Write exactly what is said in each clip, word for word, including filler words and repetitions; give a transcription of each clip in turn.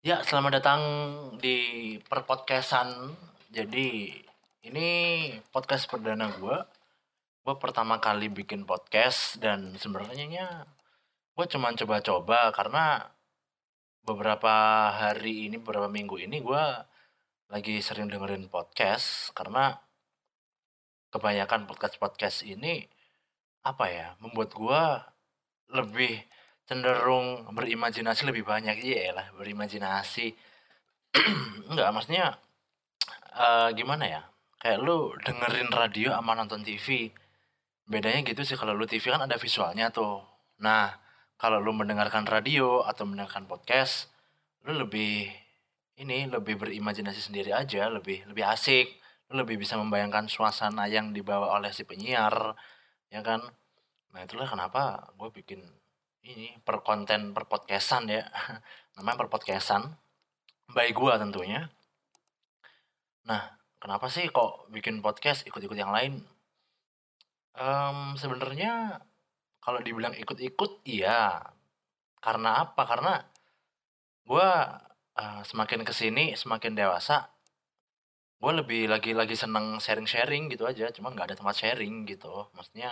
Ya, selamat datang di perpodcast-an. Jadi, ini podcast perdana gue. Gue pertama kali bikin podcast dan sebenarnya gue cuma coba-coba karena beberapa hari ini, beberapa minggu ini gue lagi sering dengerin podcast karena kebanyakan podcast-podcast ini apa ya, membuat gue lebih cenderung berimajinasi lebih banyak. Iya lah, berimajinasi. Enggak, maksudnya Eee, gimana ya, kayak lu dengerin radio sama nonton T V, bedanya gitu sih. Kalau lu T V kan ada visualnya tuh. Nah, kalau lu mendengarkan radio atau mendengarkan podcast, lu lebih ini, lebih berimajinasi sendiri aja, lebih lebih asik, lu lebih bisa membayangkan suasana yang dibawa oleh si penyiar, ya kan. Nah, itulah kenapa gue bikin ini, per konten, per podcast-an ya, namanya per podcast-an, by gua tentunya. Nah, kenapa sih kok bikin podcast ikut-ikut yang lain? Mmm, sebenarnya kalau dibilang ikut-ikut iya, karena apa? Karena gue, eee, semakin ke sini, semakin dewasa, gue lebih lagi lagi seneng sharing-sharing gitu aja, cuma nggak ada tempat sharing gitu. Maksudnya,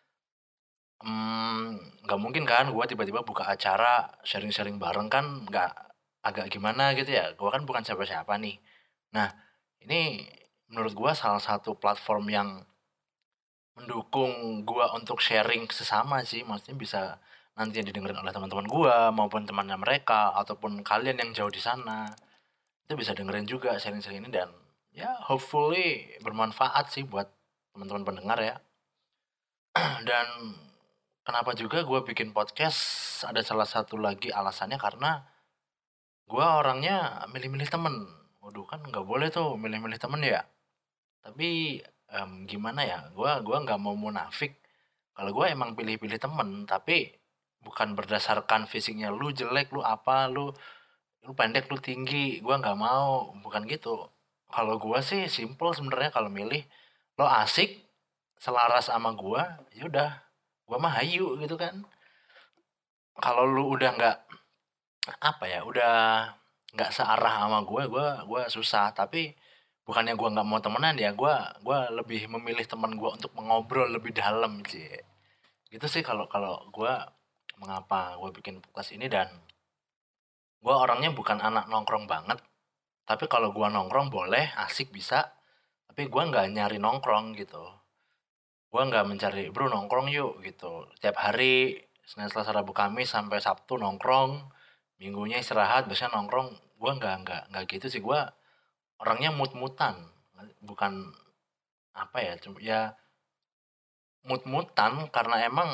mmm, nggak mungkin kan gue tiba-tiba buka acara sharing-sharing bareng, kan nggak, agak gimana gitu ya, gue kan bukan siapa-siapa nih. Nah, ini menurut gue salah satu platform yang mendukung gua untuk sharing sesama sih, maksudnya bisa nanti didengerin oleh teman-teman gua maupun temannya mereka ataupun kalian yang jauh di sana. Itu bisa dengerin juga sharing-sharing ini dan ya hopefully bermanfaat sih buat teman-teman pendengar ya. Dan kenapa juga gua bikin podcast, ada salah satu lagi alasannya karena gua orangnya milih-milih temen. Waduh, kan nggak boleh tuh milih-milih temen ya. Tapi, mmm, gimana ya, gua gua nggak mau munafik, kalau gua emang pilih-pilih temen, tapi bukan berdasarkan fisiknya, "Lu jelek, lu apa, lu lu pendek, lu tinggi," gua nggak mau, bukan gitu. Kalau gua sih simple sebenarnya kalau milih, lo asik, selaras sama gua, ya udah, gua mah hayu gitu kan. Kalau lu udah nggak, apa ya, udah nggak searah sama gua, gua gua susah. Tapi bukannya gua nggak mau temenan ya, gua gua lebih memilih teman gua untuk mengobrol lebih dalam sih. Gitu sih kalau kalau gua, mengapa gua bikin podcast ini. Dan gua orangnya bukan anak nongkrong banget, tapi kalau gua nongkrong boleh, asik bisa, tapi gua nggak nyari nongkrong gitu. Gua nggak mencari, "Bro nongkrong yuk," gitu. Tiap hari, Senin, Selasa, Rabu, Kamis sampai Sabtu nongkrong, Minggunya istirahat, biasanya nongkrong. Gua nggak nggak nggak gitu sih. Gua orangnya mut-mutan, bukan apa ya, cum ya mut-mutan karena emang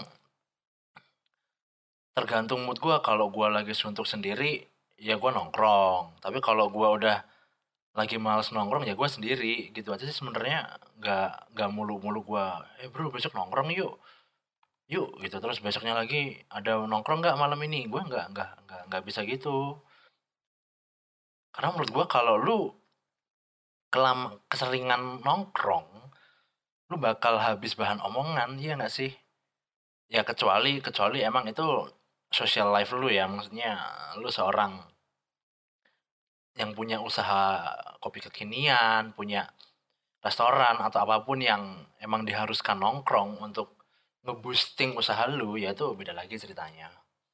tergantung mood gua. Kalau gua lagi suntuk sendiri, ya gua nongkrong. Tapi kalau gua udah lagi males nongkrong, ya gua sendiri, gitu aja sih sebenarnya. Nggak nggak mulu-mulu gua, "Eh, Bro, besok nongkrong yuk, yuk," gitu. Terus besoknya lagi, "Ada nongkrong nggak malam ini?" Gua nggak nggak nggak nggak bisa gitu. Karena menurut gua kalau lu kelam keseringan nongkrong, lu bakal habis bahan omongan, iya nggak sih? Ya kecuali kecuali emang itu social life lu ya, maksudnya lu seorang yang punya usaha kopi kekinian, punya restoran atau apapun yang emang diharuskan nongkrong untuk nge-boosting usaha lu, ya itu beda lagi ceritanya.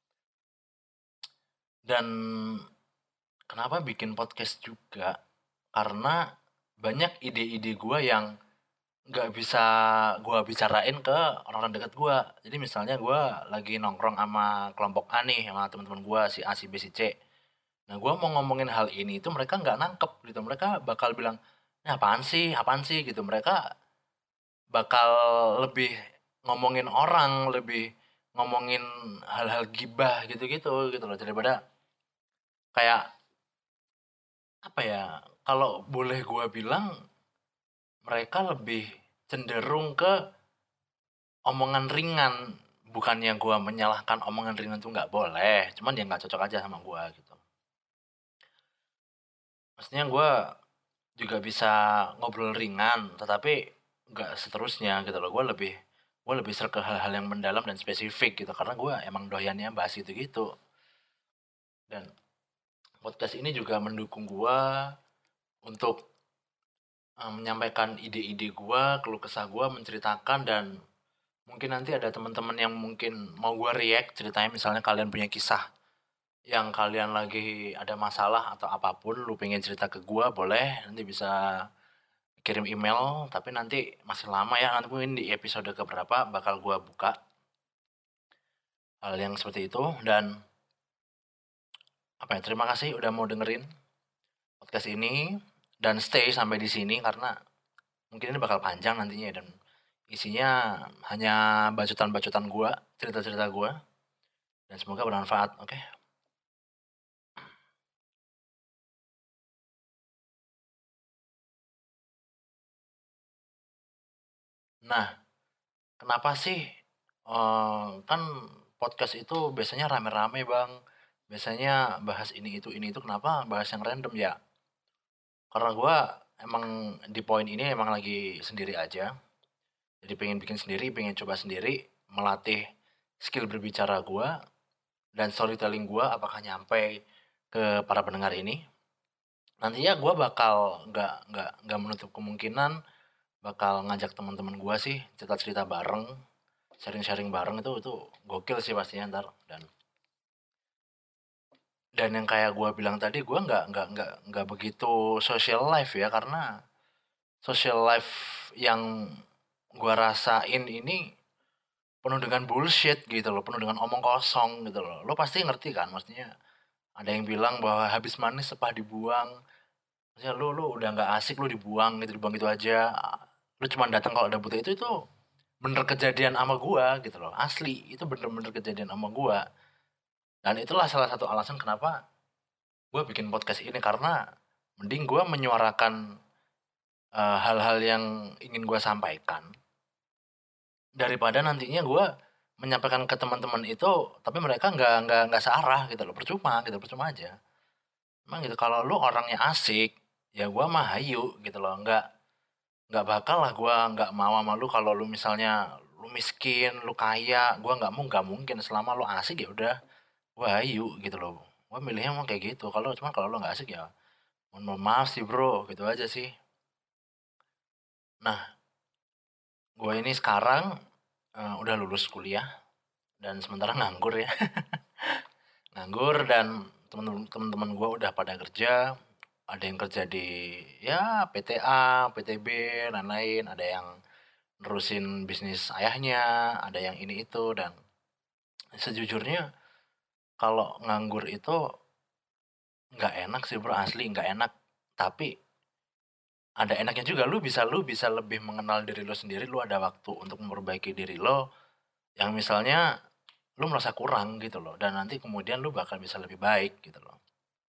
Dan kenapa bikin podcast juga, karena banyak ide-ide gua yang nggak bisa gua bicarain ke orang-orang dekat gua. Jadi misalnya gua lagi nongkrong sama kelompok A nih, sama teman-teman gua si A, si B, si C. Nah, gua mau ngomongin hal ini itu mereka nggak nangkep gitu. Mereka bakal bilang, "Ini apaan sih? Apaan sih?" gitu. Mereka bakal lebih ngomongin orang, lebih ngomongin hal-hal gibah gitu-gitu gitu loh, daripada kayak apa ya? Kalau boleh gua bilang, mereka lebih cenderung ke omongan ringan. Bukannya gua menyalahkan omongan ringan tuh nggak boleh, cuman dia nggak cocok aja sama gua gitu. Maksudnya gua juga bisa ngobrol ringan, tetapi nggak seterusnya gitu loh. Gue lebih gue lebih ser ke hal-hal yang mendalam dan spesifik gitu, karena gue emang doyannya bahas gitu-gitu. Dan podcast ini juga mendukung gua untuk uh, menyampaikan ide-ide gua, keluh kesah gua, menceritakan dan mungkin nanti ada teman-teman yang mungkin mau gua react ceritanya misalnya kalian punya kisah yang kalian lagi ada masalah atau apapun lu pengen cerita ke gua boleh nanti bisa kirim email tapi nanti masih lama ya nanti mungkin di episode keberapa bakal gua buka hal yang seperti itu dan apa ya terima kasih udah mau dengerin podcast ini dan stay sampai di sini karena mungkin ini bakal panjang nantinya dan isinya hanya bacotan-bacotan gua, cerita-cerita gua dan semoga bermanfaat. Oke. Okay? Nah, kenapa sih eh, kan podcast itu biasanya rame-rame, Bang. Biasanya bahas ini itu ini itu kenapa bahas yang random ya? Karena gua emang di poin ini emang lagi sendiri aja. Jadi pengen bikin sendiri, pengen coba sendiri, melatih skill berbicara gua dan storytelling gua apakah nyampe ke para pendengar ini. Nantinya gua bakal nggak nggak nggak menutup kemungkinan bakal ngajak teman-teman gua sih cerita-cerita bareng, sharing-sharing bareng itu itu gokil sih pastinya ntar dan dan yang kayak gua bilang tadi gua nggak nggak nggak nggak begitu social life ya karena social life yang gua rasain ini penuh dengan bullshit gitu loh, penuh dengan omong kosong gitu loh. Lo pasti ngerti kan maksudnya ada yang bilang bahwa habis manis sepah dibuang. Maksudnya lu lu udah nggak asik lu dibuang gitu, dibuang gitu aja. Lu cuma datang kalau ada butuh itu itu bener kejadian sama gua gitu loh. Asli, itu bener-bener kejadian sama gua. Dan itulah salah satu alasan kenapa gua bikin podcast ini karena mending gua menyuarakan eh, hal-hal yang ingin gua sampaikan daripada nantinya gua menyampaikan ke teman-teman itu tapi mereka nggak nggak nggak searah gitu loh. Percuma gitu, percuma aja. Emang gitu kalau lu orangnya asik, ya gua mah hayu gitu loh. Nggak nggak bakal lah gua nggak mau sama lu kalau lu misalnya lu miskin, lu kaya, gua nggak mau nggak mungkin selama lu asik ya udah gua hayu gitu loh. Gua milihnya mau kayak gitu. Kalau cuma kalau lu nggak asik ya mohon mohon maaf sih bro, gitu aja sih. Nah, gua ini sekarang eh, udah lulus kuliah dan sementara nganggur ya. Nganggur dan teman-teman teman-teman gua udah pada kerja, ada yang kerja di ya P T A, P T B, lain-lain, ada yang nerusin bisnis ayahnya, ada yang ini itu dan sejujurnya kalau nganggur itu nggak enak sih bro asli nggak enak tapi ada enaknya juga lu bisa lu bisa lebih mengenal diri lo sendiri lu ada waktu untuk memperbaiki diri lo yang misalnya lu merasa kurang gitu loh dan nanti kemudian lu bakal bisa lebih baik gitu loh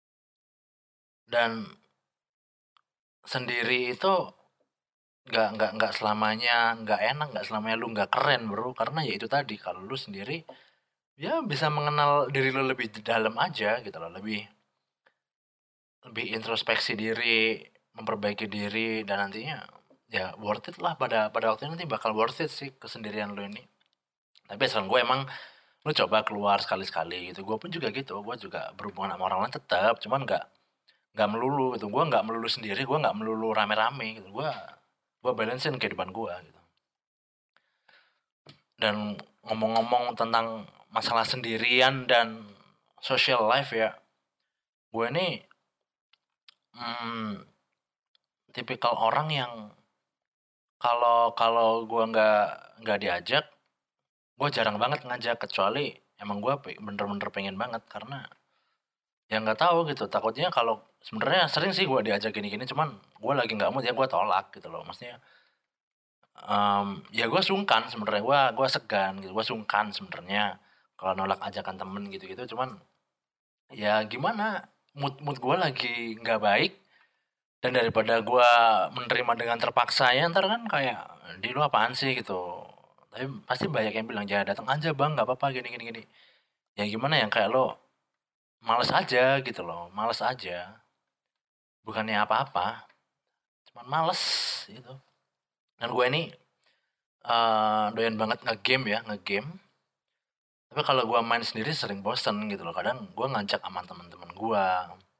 dan sendiri itu nggak nggak nggak selamanya nggak enak nggak selamanya lu nggak keren bro karena ya itu tadi kalau lu sendiri ya bisa mengenal diri lu lebih dalam aja gitu loh lebih lebih introspeksi diri, memperbaiki diri dan nantinya ya worth it lah pada pada waktunya nanti bakal worth it sih kesendirian lu ini. Tapi sekarang gue emang lu coba keluar sekali-sekali gitu. Gue pun juga gitu. Gue juga berhubungan sama orang lain tetap, cuman nggak nggak melulu gitu. Gue nggak melulu sendiri, gue nggak melulu rame-rame gitu. Gue gue balancein kehidupan gue gitu. Dan ngomong-ngomong tentang masalah sendirian dan social life ya, gue ini hmm, tipikal orang yang Kalau kalau gua nggak nggak diajak, gua jarang banget ngajak kecuali emang gua pe bener-bener pengen banget karena ya nggak tahu gitu takutnya kalau sebenarnya sering sih gua diajak gini-gini cuman gua lagi nggak mood ya gua tolak gitu loh maksudnya, mmm, ya gua sungkan sebenarnya gua gua segan gitu gua sungkan sebenarnya kalau nolak ajakan temen gitu-gitu cuman ya gimana mood mood gua lagi nggak baik dan daripada gua menerima dengan terpaksa ya ntar kan kayak, "Di lu apaan sih?" Gitu. Tapi pasti banyak yang bilang, "Ya datang aja Bang, nggak apa-apa gini gini gini." Ya gimana yang kayak lo males aja gitu loh, males aja. Bukannya apa-apa, cuman males gitu. Dan gue ini eh, doyan banget nge-game ya, nge-game. Tapi kalau gue main sendiri sering bosen gitu loh. Kadang gue ngajak sama teman-teman gue.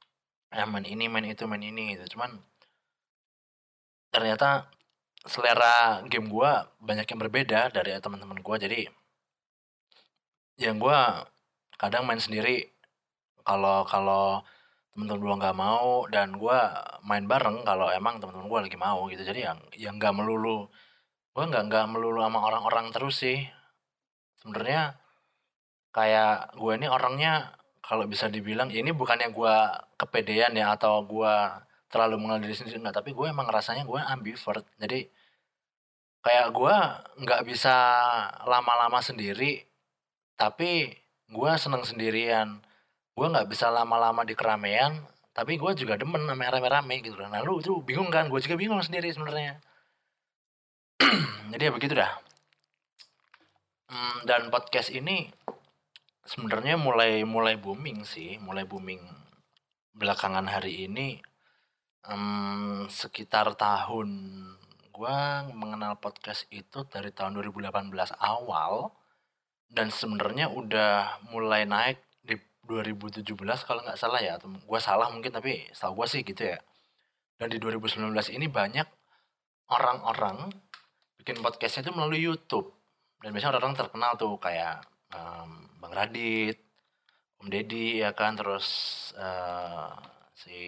Ya main ini, main itu, main ini gitu. Cuman ternyata selera game gua banyak yang berbeda dari teman-teman gua. Jadi yang gua kadang main sendiri kalau kalau temen-temen gua nggak mau, dan gua main bareng kalau emang temen-temen gua lagi mau gitu. Jadi yang yang nggak melulu gua nggak nggak melulu sama orang-orang terus sih. Sebenarnya kayak gue ini orangnya kalau bisa dibilang ini bukannya gua kepedean ya atau gua terlalu mengenal diri sendiri, enggak, tapi gue emang rasanya gue ambivert. Jadi kayak gua nggak bisa lama-lama sendiri, tapi gua seneng sendirian. Gua nggak bisa lama-lama di keramaian, tapi gue juga demen sama yang rame-rame gitu loh. Nah lu tuh bingung kan, gue juga bingung sendiri sebenarnya. Jadi ya begitu dah. Mmm, dan podcast ini sebenarnya mulai mulai booming sih, mulai booming belakangan hari ini, mmm, sekitar tahun gua mengenal podcast itu dari tahun dua ribu delapan belas awal, dan sebenarnya udah mulai naik di dua ribu tujuh belas kalau nggak salah ya, atau gua salah mungkin, tapi setahu gua sih gitu ya. Dan di dua ribu sembilan belas ini banyak orang-orang bikin podcast itu melalui YouTube. Dan biasanya orang-orang terkenal tuh kayak, mmm, Bang Radit, Om Deddy ya kan, terus, eee, si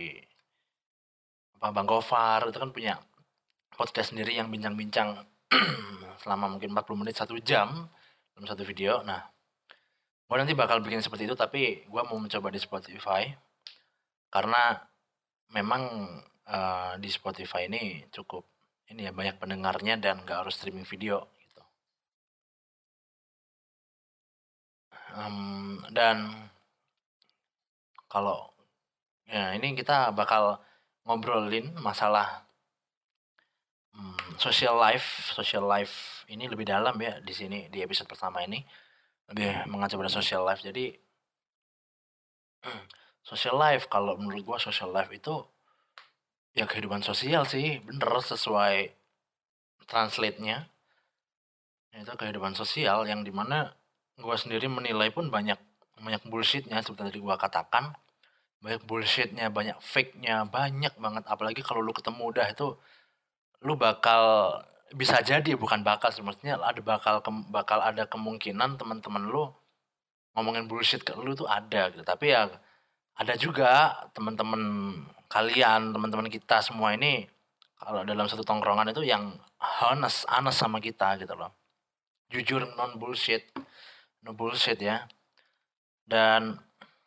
apa, Bang Gofar itu kan punya podcast sendiri yang bincang-bincang selama mungkin empat puluh menit, satu jam dalam satu video. Nah, gue nanti bakal bikin seperti itu, tapi gue mau mencoba di Spotify karena memang, eee, di Spotify ini cukup ini ya, banyak pendengarnya dan nggak harus streaming video gitu. Mmm, dan kalau ya ini kita bakal ngobrolin masalah, mmm, social life social life ini lebih dalam ya di sini, di episode pertama ini, lebih mengacu pada social life. Jadi social life kalau menurut gua social life itu ya kehidupan sosial sih, bener sesuai translate-nya. Itu kehidupan sosial yang dimana gua sendiri menilai pun banyak banyak bullshit-nya seperti tadi gua katakan, banyak bullshit-nya, banyak fake-nya, banyak banget. Apalagi kalau lu ketemu udah itu, lu bakal bisa jadi bukan bakal sih, maksudnya ada bakal kem bakal ada kemungkinan teman-teman lu ngomongin bullshit ke lu tuh ada gitu. Tapi ya ada juga teman-teman kalian, teman-teman kita semua ini kalau dalam satu tongkrongan itu yang honest honest sama kita gitu loh. Jujur, non bullshit, no bullshit ya. Dan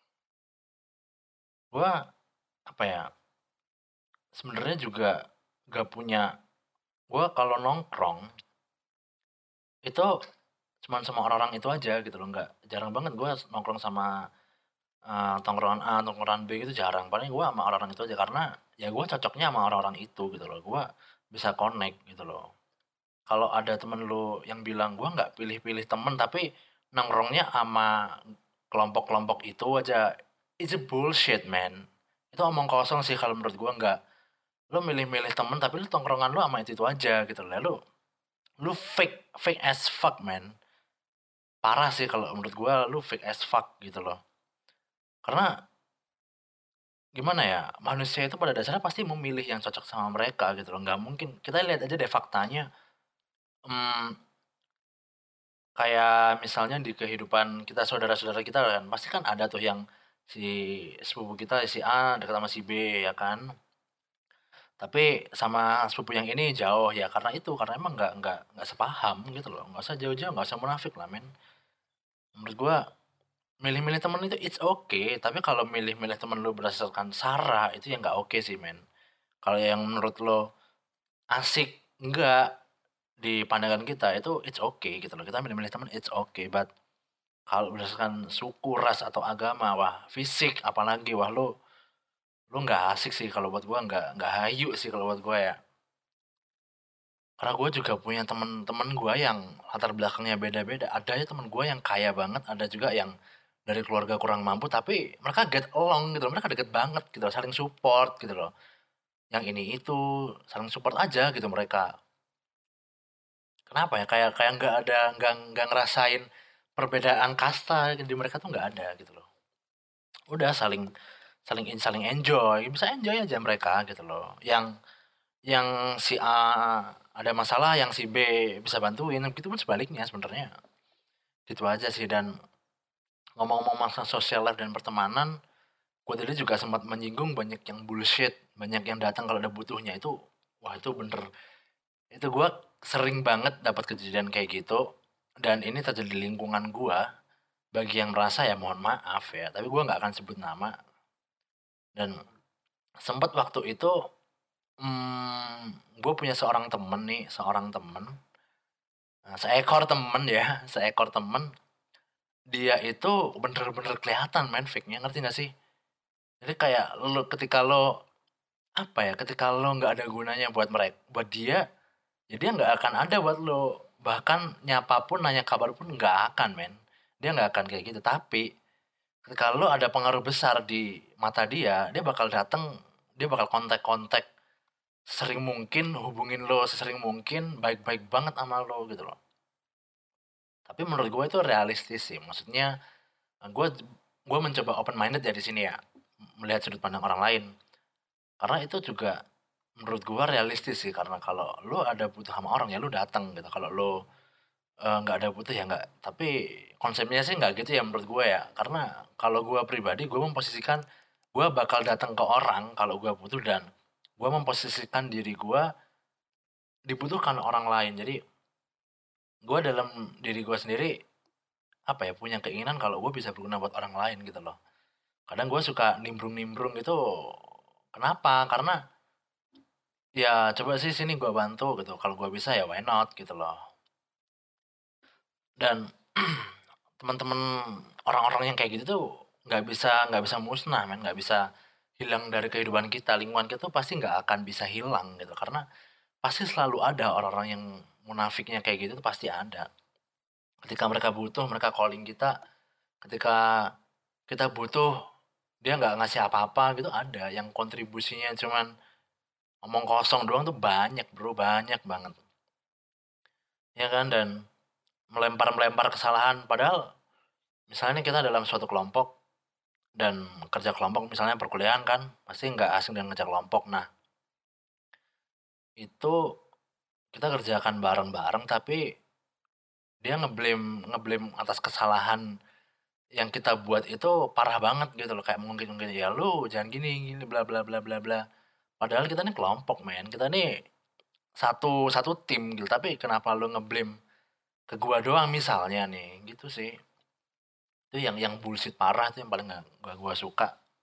gua apa ya, sebenarnya juga gak punya, gua kalau nongkrong itu cuman sama orang-orang itu aja gitu loh, nggak jarang banget gua nongkrong sama, eee, tongkrongan A, tongkrongan B gitu jarang. Paling gua sama orang-orang itu aja karena ya gua cocoknya sama orang-orang itu gitu loh. Gua bisa connect gitu loh. Kalau ada temen lu yang bilang, "Gua nggak pilih-pilih temen tapi nongkrongnya sama kelompok-kelompok itu aja," it's a bullshit man. Itu omong kosong sih kalau menurut gua. Nggak, lu milih-milih temen tapi lu tongkrongan lu sama itu-itu aja gitu loh. Lu lu fake fake as fuck man. Parah sih kalau menurut gua, lu fake as fuck gitu loh. Karena gimana ya, manusia itu pada dasarnya pasti memilih yang cocok sama mereka gitu loh, nggak mungkin kita lihat aja deh faktanya, mmm, kayak misalnya di kehidupan kita, saudara-saudara kita kan, pasti kan ada tuh yang si sepupu kita, si A dekat sama si B ya kan. Tapi sama sepupu yang ini jauh ya karena itu, karena emang nggak nggak nggak sepaham gitu loh, nggak usah jauh-jauh, nggak usah munafik lah men. Menurut gua milih-milih temen itu it's okay, tapi kalau milih-milih temen lu berdasarkan sara itu yang nggak oke sih men. Kalau yang menurut lo asik, enggak, di pandangan kita itu it's okay gitu loh, kita milih-milih temen it's okay, but kalau berdasarkan suku, ras, atau agama, wah fisik apalagi, wah lu lu nggak asik sih kalau buat gua, nggak nggak hayu sih kalau buat gua ya. Karena gue juga punya temen-temen gue yang latar belakangnya beda-beda. Ada aja temen gue yang kaya banget, ada juga yang dari keluarga kurang mampu, tapi mereka get along gitu loh, mereka deket banget gitu loh, saling support gitu loh. Yang ini itu, saling support aja gitu mereka. Kenapa ya, kayak kayak nggak ada, nggak nggak ngerasain perbedaan kasta di mereka tuh nggak ada gitu loh. Udah saling saling in saling enjoy, bisa enjoy aja mereka gitu loh. Yang yang si A ada masalah, yang si B bisa bantuin, begitu pun sebaliknya sebenarnya. Gitu aja sih. Dan ngomong-ngomong masalah social life dan pertemanan, gue tadi juga sempat menyinggung banyak yang bullshit, banyak yang datang kalau ada butuhnya itu, wah itu bener. Itu gue sering banget dapat kejadian kayak gitu, dan ini terjadi di lingkungan gue. Bagi yang merasa ya mohon maaf ya, tapi gue nggak akan sebut nama. Dan sempat waktu itu, mmm, gue punya seorang temen nih, seorang temen, eee, seekor temen ya, seekor temen, dia itu bener-bener kelihatan men fake-nya, ngerti nggak sih? Jadi kayak lu ketika lo, apa ya, ketika lo nggak ada gunanya buat merek buat dia, ya dia nggak akan ada buat lo. Bahkan nyapa pun, nanya kabar pun nggak akan men. Dia nggak akan kayak gitu. Tapi ketika lo ada pengaruh besar di mata dia, dia bakal datang, dia bakal kontak-kontak sering mungkin, hubungin lo sesering mungkin, baik-baik banget sama lo gitu loh. Tapi menurut gue itu realistis sih, maksudnya, eee, gue gue mencoba open minded ya di sini ya, melihat sudut pandang orang lain. Karena itu juga menurut gue realistis sih, karena kalau lo ada butuh sama orang ya lo datang gitu, kalau lo, eee, nggak ada butuh ya nggak. Tapi konsepnya sih nggak gitu ya menurut gue ya, karena kalau gue pribadi gue memposisikan, gue bakal datang ke orang kalau gue butuh, dan gue memposisikan diri gue dibutuhkan orang lain. Jadi gue dalam diri gue sendiri, apa ya, punya keinginan kalau gue bisa berguna buat orang lain gitu loh. Kadang gue suka nimbrung-nimbrung gitu, kenapa? Karena ya coba sih sini gue bantu gitu, kalau gue bisa ya why not gitu loh. Dan teman-teman, orang-orang yang kayak gitu tuh nggak bisa nggak bisa musnah men, nggak bisa hilang dari kehidupan kita. Lingkungan kita tuh pasti nggak akan bisa hilang gitu, karena pasti selalu ada orang-orang yang munafiknya kayak gitu tuh pasti ada. Ketika mereka butuh, mereka calling kita. Ketika kita butuh, dia nggak ngasih apa-apa gitu, ada. Yang kontribusinya cuman omong kosong doang tuh banyak Bro, banyak banget. Ya kan? Dan melempar-melempar kesalahan, padahal misalnya kita dalam suatu kelompok dan kerja kelompok, misalnya perkuliahan kan, pasti nggak asing dengan kerja kelompok. Nah, itu kita kerjakan bareng-bareng, tapi dia ngeblame ngeblame atas kesalahan yang kita buat itu parah banget gitu loh, kayak mungkin mungkin ya lu jangan gini gini bla bla bla bla bla. Padahal kita nih kelompok men, kita nih satu satu tim gitu, tapi kenapa lu ngeblame ke gua doang misalnya nih, gitu sih. Itu yang yang bullshit parah, itu yang paling nggak nggak gua suka.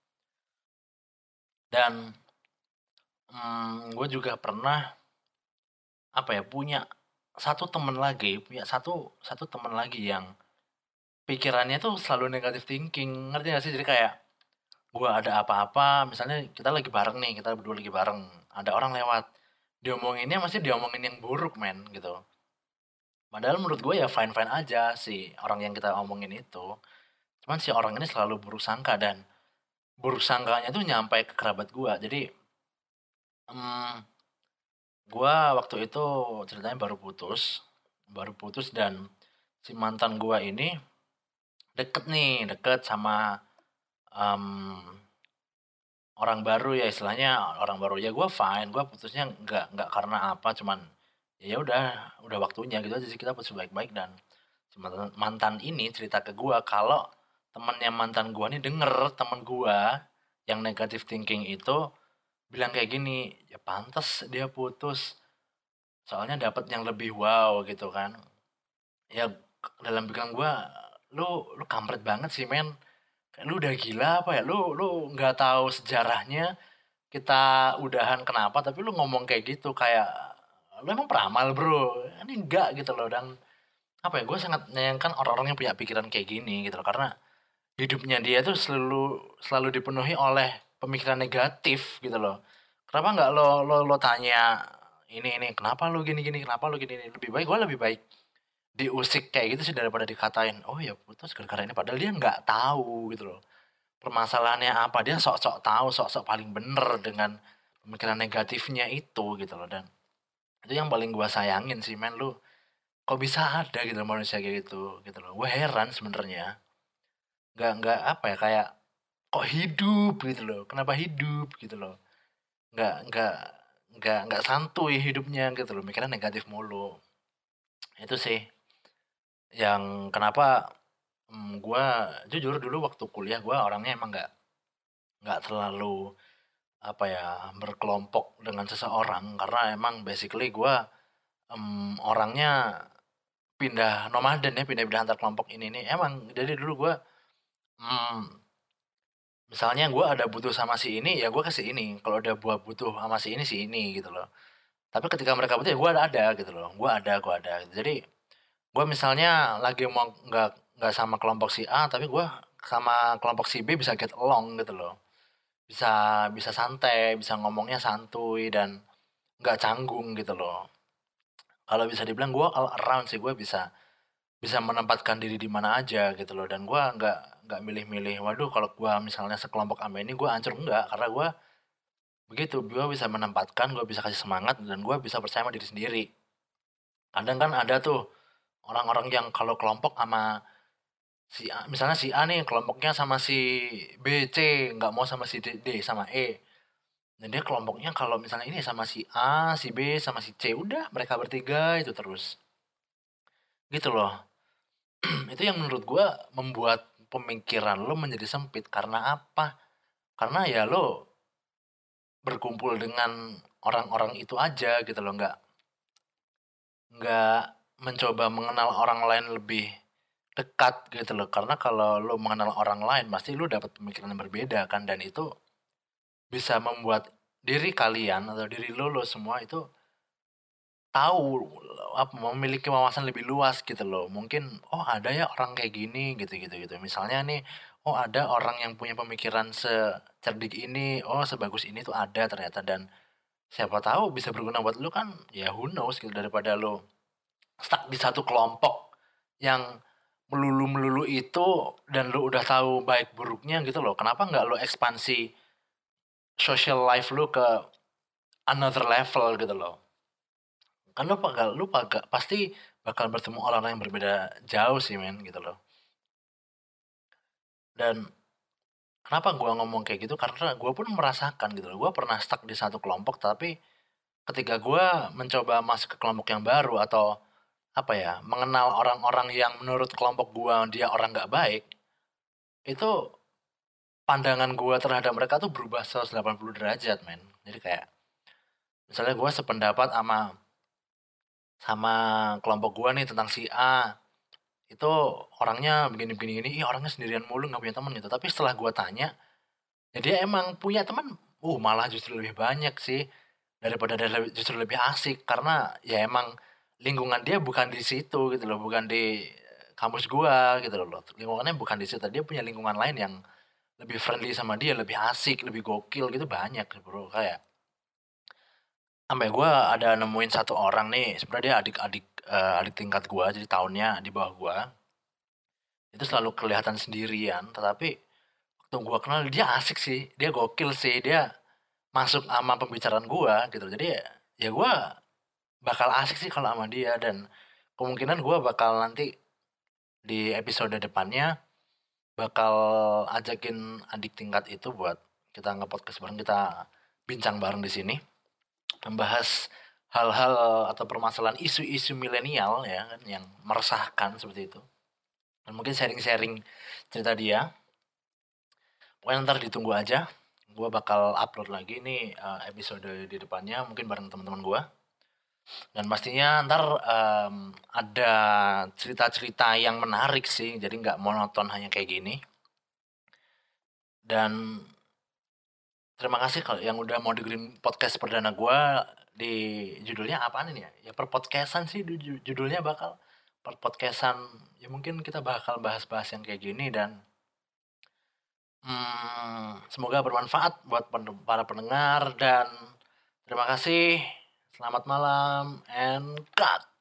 Dan hmm, gue juga pernah, apa ya, punya satu temen lagi, punya satu satu temen lagi yang pikirannya tuh selalu negatif thinking, ngerti gak sih? Jadi kayak gua ada apa-apa, misalnya kita lagi bareng nih, kita berdua lagi bareng, ada orang lewat, diomonginnya masih diomongin yang buruk men gitu. Padahal menurut gue ya fine-fine aja si orang yang kita omongin itu. Cuman si orang ini selalu buruk sangka, dan buruk sangkanya tuh nyampe ke kerabat gua. Jadi, mmm, gua waktu itu ceritanya baru putus, baru putus dan si mantan gua ini deket nih, deket sama, mmm orang baru ya, istilahnya orang baru, ya gue fine, gue putusnya nggak nggak karena apa, cuman ya udah udah waktunya gitu aja sih, kita putus baik-baik. Dan si mantan mantan ini cerita ke gue kalau temennya mantan gue nih denger temen gue yang negative thinking itu bilang kayak gini, "Ya pantas dia putus, soalnya dapat yang lebih wow," gitu kan. Ya dalam pikiran gue, "Lu lu kampret banget sih men, kayak lu udah gila apa ya? Lu lu nggak tahu sejarahnya kita udahan kenapa, tapi lu ngomong kayak gitu, kayak lu emang peramal Bro?" Ini enggak gitu loh. Dan apa ya, gue sangat menyayangkan orang-orang yang punya pikiran kayak gini gitu loh, karena hidupnya dia tuh selalu selalu dipenuhi oleh pemikiran negatif gitu loh. Kenapa nggak lo lo lo tanya, ini ini kenapa lu gini gini, kenapa lu gini gini, lebih baik gue lebih baik diusik kayak gitu sih daripada dikatain, "Oh ya putus gara-gara ini," padahal dia nggak tahu gitu loh. Permasalahannya apa, dia sok-sok tahu, sok-sok paling bener dengan pemikiran negatifnya itu gitu loh. Dan itu yang paling gua sayangin sih men, lu kok bisa ada gitu manusia kayak gitu, gitu loh. Gue heran sebenarnya. Nggak nggak apa ya, kayak kok hidup gitu loh, kenapa hidup gitu loh. Nggak nggak nggak nggak santuy hidupnya gitu loh, mikirnya negatif mulu. Itu sih yang kenapa, mmm, gua jujur dulu waktu kuliah gua orangnya emang nggak nggak terlalu, apa ya, berkelompok dengan seseorang karena emang basically gua, mmm, orangnya pindah nomaden ya, pindah-pindah antar kelompok ini nih. Emang dari dulu gua, mmm, misalnya gua ada butuh sama si ini, ya gua ke si ini, kalau ada gua butuh sama si ini, si ini gitu loh. Tapi ketika mereka butuh ya gua ada gitu loh, gua ada gua ada. Jadi gua misalnya lagi mau nggak nggak sama kelompok si A, tapi gua sama kelompok si B bisa get along gitu loh. Bisa bisa santai, bisa ngomongnya santuy dan nggak canggung gitu loh. Kalau bisa dibilang gua all around sih, gua bisa bisa menempatkan diri di mana aja gitu loh dan gua nggak nggak milih-milih, waduh kalau gua misalnya sekelompok ama ini gua hancur, enggak, karena gua begitu, gua bisa menempatkan, gua bisa kasih semangat dan gua bisa percaya sama diri sendiri. Kadang kan ada tuh orang-orang yang kalau kelompok sama si A, misalnya si A nih kelompoknya sama si B, C, nggak mau sama si D, D sama E. Dan dia kelompoknya kalau misalnya ini sama si A, si B, sama si C, udah mereka bertiga itu terus. Gitu loh. Itu yang menurut gua membuat pemikiran lo menjadi sempit karena apa? Karena ya lo berkumpul dengan orang-orang itu aja gitu loh, nggak nggak mencoba mengenal orang lain lebih dekat gitu loh. Karena kalau lo mengenal orang lain pasti lo dapat pemikiran yang berbeda kan dan itu bisa membuat diri kalian atau diri lo, lo semua itu tahu, apa, memiliki wawasan lebih luas gitu loh. Mungkin, oh ada ya orang kayak gini gitu gitu gitu. Misalnya nih, oh ada orang yang punya pemikiran secerdik ini, oh sebagus ini tuh ada ternyata dan siapa tahu bisa berguna buat lu kan, ya who knows gitu daripada lu stuck di satu kelompok yang melulu-melulu itu dan lu udah tahu baik buruknya gitu loh. Kenapa nggak lu ekspansi social life lu ke another level gitu loh. Kan lu bakal lu paga pasti bakal bertemu orang yang berbeda jauh sih men gitu loh. Dan kenapa gua ngomong kayak gitu, karena gua pun merasakan gitu loh, gua pernah stuck di satu kelompok tapi ketika gua mencoba masuk ke kelompok yang baru atau apa ya, mengenal orang-orang yang menurut kelompok gua dia orang nggak baik, itu pandangan gua terhadap mereka tuh berubah seratus delapan puluh derajat men. Jadi kayak misalnya gua sependapat sama sama kelompok gua nih tentang si A. Itu orangnya begini begini gini, ih orangnya sendirian mulu nggak punya teman gitu. Tapi setelah gua tanya, ya dia emang punya teman, uh malah justru lebih banyak sih daripada dia le justru lebih asik karena ya emang lingkungan dia bukan di situ gitu loh, bukan di kampus gua gitu loh. Lingkungannya bukan di situ, dia punya lingkungan lain yang lebih friendly sama dia, lebih asik, lebih gokil gitu banyak Bro, kayak sampai gua ada nemuin satu orang nih, sebenarnya dia adik-adik, eee, adik tingkat gua, jadi tahunnya di bawah gua. Itu selalu kelihatan sendirian, tetapi waktu gua kenal dia asik sih, dia gokil sih, dia masuk ama pembicaraan gua gitu. Jadi ya ya gua bakal asik sih kalau ama dia dan kemungkinan gua bakal nanti di episode depannya bakal ajakin adik tingkat itu buat kita nge-podcast bareng, kita bincang bareng di sini, membahas hal-hal atau permasalahan isu-isu milenial ya kan yang meresahkan seperti itu. Dan mungkin sharing-sharing cerita dia. Pokoknya ntar ditunggu aja. Gue bakal upload lagi nih eh, episode di depannya mungkin bareng teman-teman gue. Dan pastinya ntar em, ada cerita-cerita yang menarik sih. Jadi nggak monoton hanya kayak gini. Dan terima kasih kalau yang udah mau dengerin podcast perdana gue di judulnya apaan ini ya? Ya per podcastan sih ju- judulnya bakal per podcastan. Ya mungkin kita bakal bahas-bahas yang kayak gini dan Hmm, semoga bermanfaat buat pen- para pendengar dan terima kasih. Selamat malam and cut.